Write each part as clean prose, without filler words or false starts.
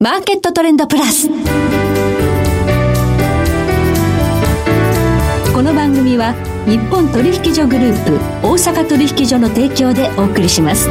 マーケットトレンドプラス。この番組は日本取引所グループ大阪取引所の提供でお送りします。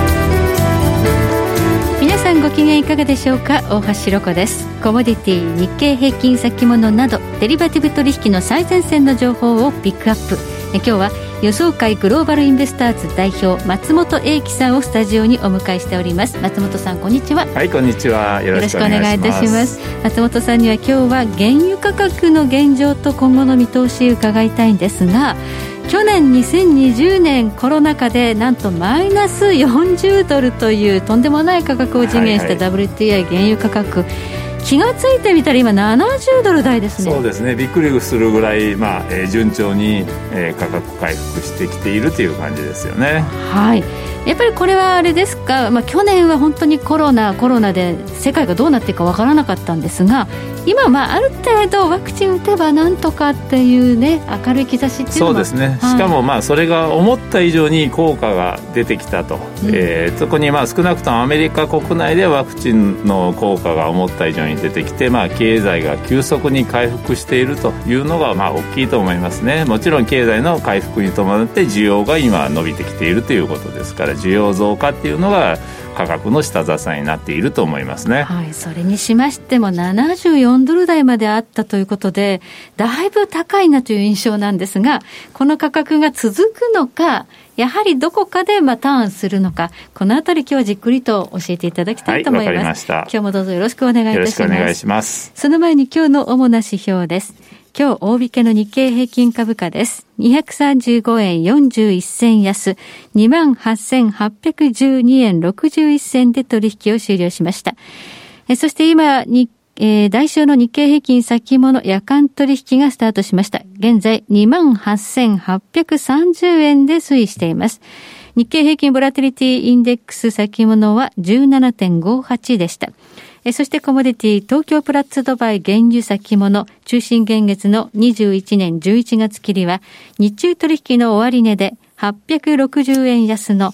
皆さんご機嫌いかがでしょうか。大橋ロコです。コモディティ、日経平均先物などデリバティブ取引の最前線の情報をピックアップ。今日は予想会グローバルインベスターズ代表松本英樹さんをスタジオにお迎えしております。松本さん、こんにちは。 はい、こんにちは。よろしくお願いします。よろしくお願いいたします。 松本さんには今日は原油価格の現状と今後の見通し伺いたいんですが、去年2020年コロナ禍でなんとマイナス40ドルというとんでもない価格を実現した WTI 原油価格、気がついてみたら今70ドル台ですね。 そうですね、びっくりするぐらい、順調に、価格回復してきているという感じですよね。 はい、やっぱりこれはあれですか、去年は本当にコロナで世界がどうなっていくかわからなかったんですが、今ある程度ワクチン打てばなんとかっていうね、明るい兆しっていうのも。そうですね、 しかもそれが思った以上に効果が出てきたと、特に少なくともアメリカ国内でワクチンの効果が思った以上に出てきて、経済が急速に回復しているというのが大きいと思いますね。もちろん経済の回復に伴って需要が今伸びてきているということですから、需要増加っていうのが価格の下支えになっていると思いますね。 はい、それにしましても74ドル台まであったということで、だいぶ高いなという印象なんですが、この価格が続くのか、やはりどこかでターンするのか、このあたり今日はじっくりと教えていただきたいと思います。 わかりました。 今日もどうぞよろしくお願いいたします。 よろしくお願いします。 その前に今日の主な指標です。今日大引けの日経平均株価です。235円41銭安、28,812 円61銭で取引を終了しました。そして今代償の日経平均先物夜間取引がスタートしました。現在 28,830 円で推移しています。日経平均ボラティリティインデックス先物は 17.58 でした。そしてコモディティ東京プラッツドバイ原油先物中心現月の21年11月切りは日中取引の終値で860円安の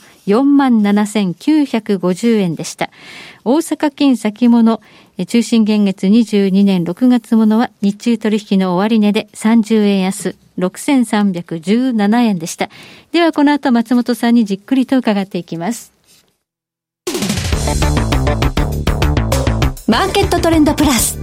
47,950 円でした。大阪金先物中心現月22年6月ものは日中取引の終値で30円安 6,317 円でした。ではこの後松本さんにじっくりと伺っていきます。 マーケットトレンドプラス。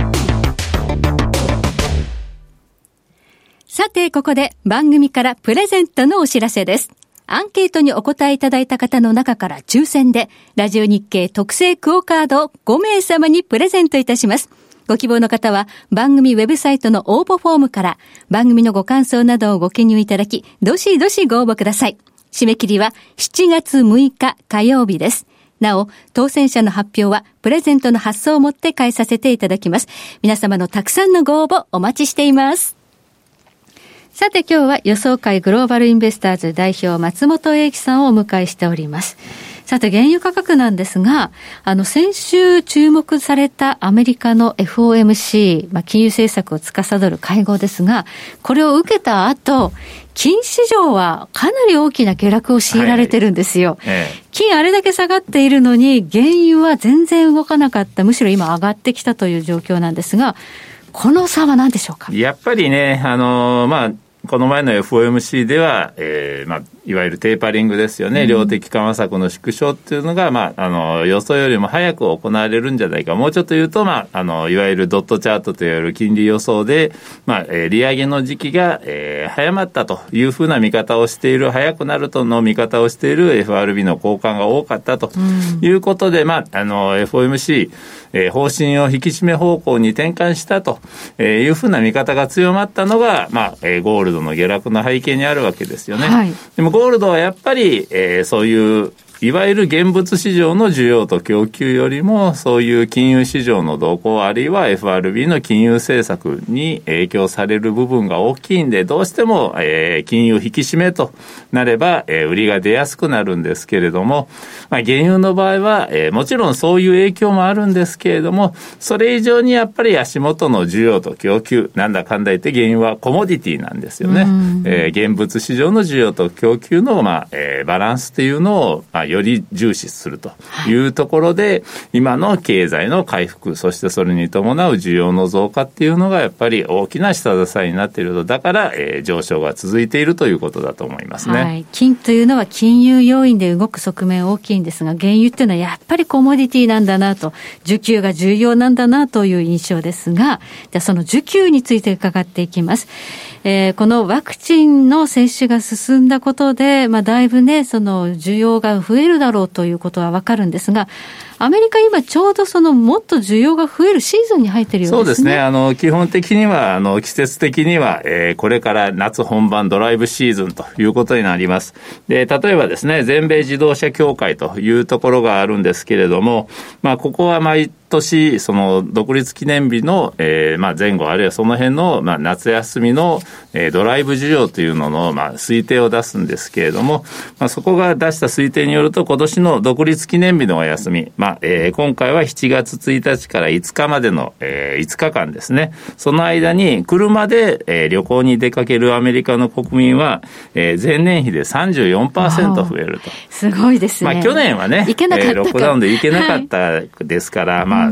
さてここで番組からプレゼントのお知らせです。アンケートにお答えいただいた方の中から抽選でラジオ日経特製クオカードを5名様にプレゼントいたします。ご希望の方は番組ウェブサイトの応募フォームから番組のご感想などをご記入いただき、どしどしご応募ください。締め切りは7月6日火曜日です。なお、当選者の発表はプレゼントの発送をもって返させていただきます。皆様のたくさんのご応募お待ちしています。さて今日は予想会グローバルインベスターズ代表松本英樹さんをお迎えしております。さて原油価格なんですが、先週注目されたアメリカの FOMC、金融政策を司る会合ですが、これを受けた後、金市場はかなり大きな下落を強いられてるんですよ。金あれだけ下がっているのに原油は全然動かなかった、むしろ今上がってきたという状況なんですが、この差は何でしょうか。 やっぱりね、この前の FOMC では、いわゆるテーパリングですよね、量的緩和策の縮小っていうのが、予想よりも早く行われるんじゃないか。もうちょっと言うと、いわゆるドットチャートといわれる金利予想で、利上げの時期が、早まったというふうな見方をしている、早くなるとの見方をしている FRB の高官が多かったということで、FOMC、方針を引き締め方向に転換したというふうな見方が強まったのが、ゴールドの下落の背景にあるわけですよね。はい、でもゴールドはやっぱり、そういういわゆる現物市場の需要と供給よりも、そういう金融市場の動向、あるいは FRB の金融政策に影響される部分が大きいんで、どうしても、金融引き締めとなれば、売りが出やすくなるんですけれども、原油の場合は、もちろんそういう影響もあるんですけれども、それ以上にやっぱり足元の需要と供給、なんだかんだ言って原油はコモディティなんですよね。現物市場の需要と供給の、バランスというのを、 より重視するというところで、今の経済の回復、そしてそれに伴う需要の増加っていうのがやっぱり大きな下支えになっていると。だから、上昇が続いているということだと思いますね。 はい、金というのは金融要因で動く側面大きいんですが、原油っていうのはやっぱりコモディティなんだなと、需給が重要なんだなという印象ですが、じゃあその需給について伺っていきます。このワクチンの接種が進んだことで、だいぶね、その需要が増えるだろうということはわかるんですが、アメリカ今ちょうどそのもっと需要が増えるシーズンに入っているようですね。 そうですね。基本的には季節的には、これから夏本番ドライブシーズンということになります。で、例えばですね、全米自動車協会というところがあるんですけれども、ここは毎年その独立記念日の、前後あるいはその辺の、夏休みの、ドライブ需要というのの、推定を出すんですけれども、そこが出した推定によると今年の独立記念日のお休み、今回は7月1日から5日までの、5日間ですね。その間に車で、旅行に出かけるアメリカの国民は、前年比で 34% 増えると。 すごいですね。 去年はね、 ロックダウンで行けなかったですから、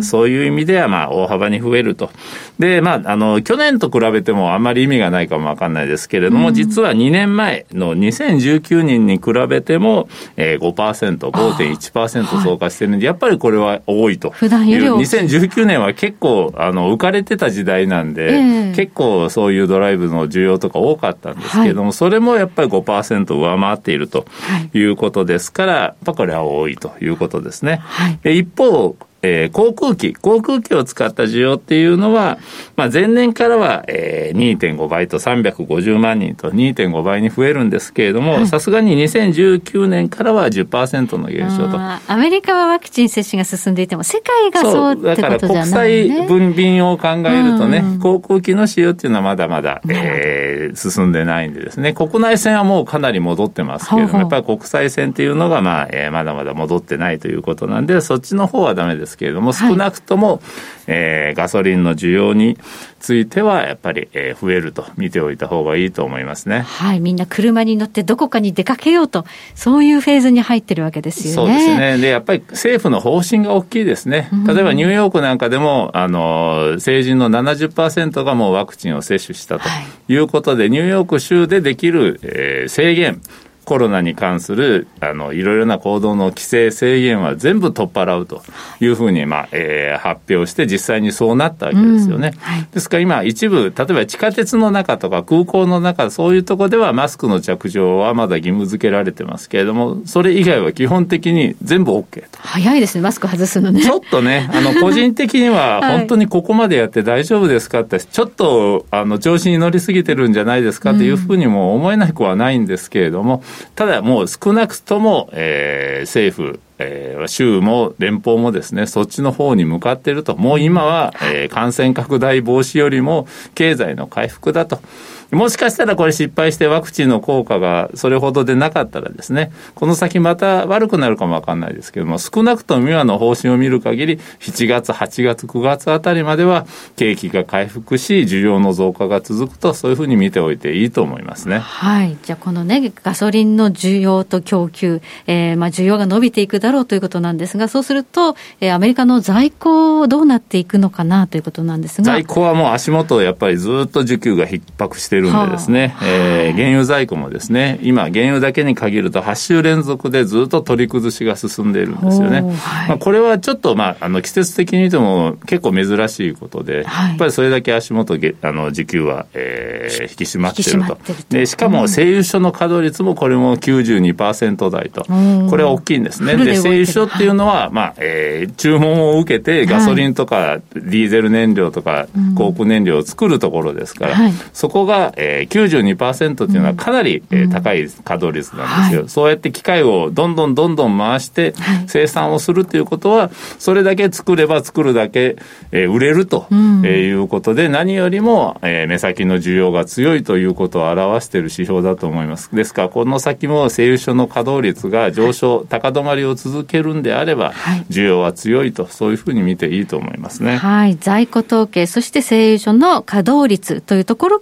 そういう意味では大幅に増えると。で、去年と比べてもあまり意味がないかもわかんないですけれども、実は2年前の2019年に比べても、5%、5.1% 増加してるんで、やっぱりこれは多いと。 普段より多い。 2019年は結構、浮かれてた時代なんで、結構そういうドライブの需要とか多かったんですけれども、それもやっぱり 5% 上回っているということですから、やっぱこれは多いということですね。一方、航空機を使った需要っていうのは、前年からは、2.5 倍と350万人と 2.5 倍に増えるんですけれども、さすがに2019年からは 10% の減少と。 アメリカはワクチン接種が進んでいても、世界がそうってことじゃないね。 だから国際分便を考えるとね、航空機の使用っていうのはまだまだ、進んでないんでですね、国内線はもうかなり戻ってますけれども、やっぱり国際線っていうのがまだまだ戻ってないということなんで、そっちの方はダメですけれども、少なくとも、ガソリンの需要についてはやっぱり、増えると見ておいた方がいいと思いますね。 はい、みんな車に乗ってどこかに出かけようと、そういうフェーズに入ってるわけですよね。 そうですね。で、やっぱり政府の方針が大きいですね。例えばニューヨークなんかでも成人の 70% がもうワクチンを接種したということで、ニューヨーク州でできる、制限、コロナに関するいろいろな行動の規制制限は全部取っ払うというふうに、発表して実際にそうなったわけですよね。ですから今一部、例えば地下鉄の中とか空港の中、そういうところではマスクの着用はまだ義務付けられてますけれども、それ以外は基本的に全部 OK と。 早いですね、マスク外すのね。 ちょっとね、個人的には本当にここまでやって大丈夫ですかって、ちょっと調子に乗りすぎてるんじゃないですかというふうにも思えなくはないんですけれども、ただもう少なくとも、政府、州も連邦もですね、そっちの方に向かっていると。もう今は、感染拡大防止よりも経済の回復だと。もしかしたらこれ失敗してワクチンの効果がそれほどでなかったらですね、この先また悪くなるかもわかんないですけども、少なくとも今の方針を見る限り、7月、8月、9月あたりまでは景気が回復し、需要の増加が続くと、そういうふうに見ておいていいと思いますね。 はい。じゃあこのね、ガソリンの需要と供給、需要が伸びていくだろうということなんですが、そうすると、アメリカの在庫どうなっていくのかなということなんですが。 在庫はもう足元やっぱりずっと需給が逼迫しているんでですね、原油在庫もですね、今原油だけに限ると8週連続でずっと取り崩しが進んでいるんですよね。これはちょっと、季節的に見ても結構珍しいことで、やっぱりそれだけ足元需給は、引き締まっていると。で、しかも製油所の稼働率もこれも 92% 台と、これは大きいんですね。で、製油所っていうのは、注文を受けてガソリンとかディーゼル燃料とか航空燃料を作るところですから、そこが、92% っていうのはかなり、高い稼働率なんですよ。そうやって機械をどんどん回して生産をするということは、それだけ作れば作るだけ、売れると、いうことで、何よりも、目先の需要が強いということを表している指標だと思います。ですからこの先も製油所の稼働率が上昇、高止まりを続けるんであれば、需要は強いと、そういうふうに見ていいと思いますね。 はい。在庫統計、そして製油所の稼働率というところから今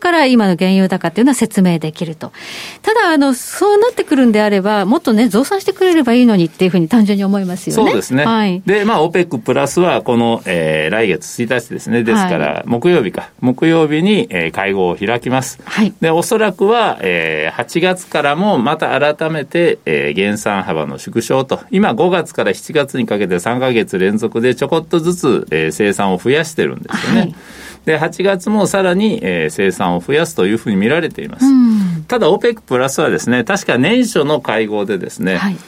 原油高というのは説明できると。ただそうなってくるんであればもっとね増産してくれればいいのにっていうふうに単純に思いますよね。 そうですね、 はい、 でOPEC プラスはこの、来月1日ですね。ですから、木曜日に、会合を開きます、はい、でおそらくは、8月からもまた改めて、減産幅の縮小と、今5月から7月にかけて3ヶ月連続でちょこっとずつ、生産を増やしてるんですよね、はい、で8月もさらに、生産を増やすというふうに見られています、ただ OPEC プラスはですね、確か年初の会合でですね、はい、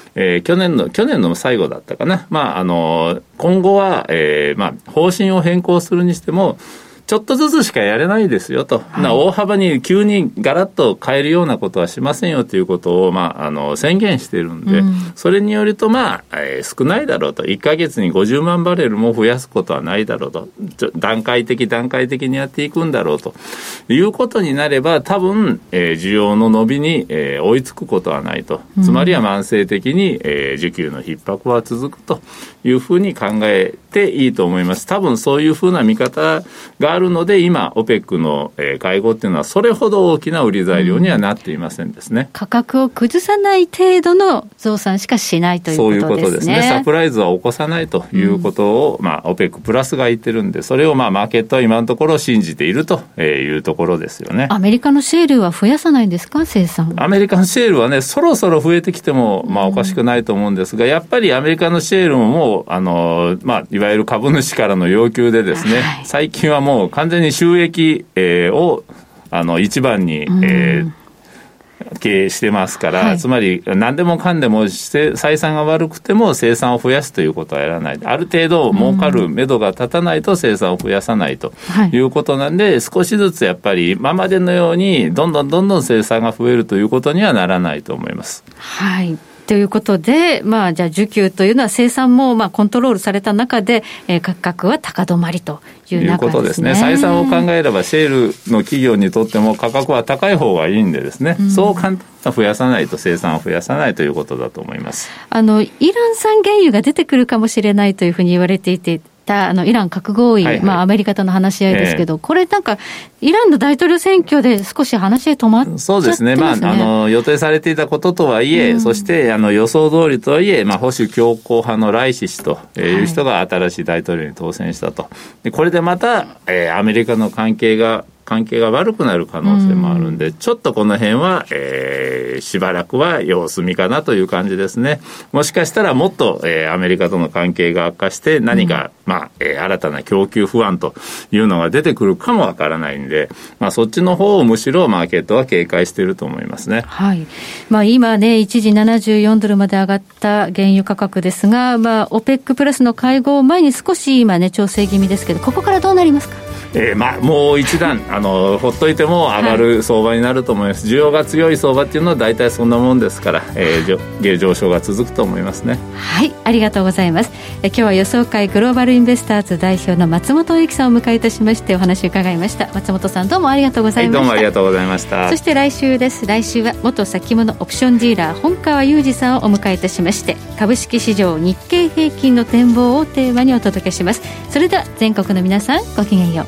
去年の最後だったかな、今後は、方針を変更するにしてもちょっとずつしかやれないですよと、はい、大幅に急にガラッと変えるようなことはしませんよということを、宣言しているんで、それによると、少ないだろうと、1ヶ月に50万バレルも増やすことはないだろうと、段階的にやっていくんだろうということになれば、多分、需要の伸びに、追いつくことはないと、つまりは慢性的に、需給の逼迫は続くというふうに考えていいと思います。多分そういうふうな見方があるので、今 OPEC の会合っていうのはそれほど大きな売り材料にはなっていませんですね、 価格を崩さない程度の増産しかしないということですね。 そういうことですね。サプライズは起こさないということを、OPEC プラスが言ってるんで、それをマーケットは今のところ信じているというところですよね。 アメリカのシェールは増やさないんですか、生産。 アメリカのシェールはね、そろそろ増えてきてもおかしくないと思うんですが、やっぱりアメリカのシェールももういわゆる株主からの要求でですね、はい、最近はもう完全に収益、を一番に、経営してますから、はい、つまり何でもかんでも採算が悪くても生産を増やすということはやらない。ある程度儲かる目処が立たないと生産を増やさないということなんで、少しずつやっぱり今までのようにどんどん生産が増えるということにはならないと思います。 はい、ということで、じゃあ需給というのは生産もコントロールされた中で、価格は高止まりという中ですね。いうことですね。採算を考えればシェールの企業にとっても価格は高い方がいいんでですね、そう簡単に増やさないと、生産を増やさないということだと思います。 イラン産原油が出てくるかもしれないというふうに言われていて、イラン核合意、アメリカとの話し合いですけど、これなんかイランの大統領選挙で少し話し合い止まっちゃってますね。 そうですね、予定されていたこととはいえ、そして予想通りとはいえ、保守強硬派のライシ氏という人が新しい大統領に当選したと。でこれでまた、アメリカの関係が悪くなる可能性もあるんで、ちょっとこの辺は、しばらくは様子見かなという感じですね。もしかしたらもっと、アメリカとの関係が悪化して何か、新たな供給不安というのが出てくるかもわからないんで、そっちの方をむしろマーケットは警戒していると思いますね。 はい。今ね、一時74ドルまで上がった原油価格ですが、OPEC プラスの会合前に少し今ね、調整気味ですけど、ここからどうなりますか？ もう一段ほっといても上がる相場になると思います、需要が強い相場っていうのは大体そんなもんですから、上昇が続くと思いますね。 はい、ありがとうございます。今日は予想会グローバルインベスターズ代表の松本由紀さんを迎えいたしましてお話を伺いました。松本さん、どうもありがとうございました。 どうもありがとうございました。 そして来週です。来週は元先物オプションディーラー本川雄二さんをお迎えいたしまして、株式市場日経平均の展望をテーマにお届けします。それでは全国の皆さん、ごきげんよう。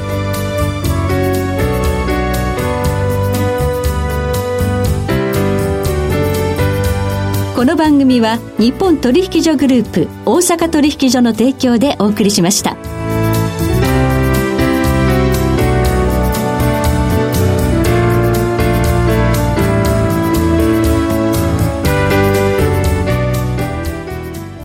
この番組は日本取引所グループ大阪取引所の提供でお送りしました。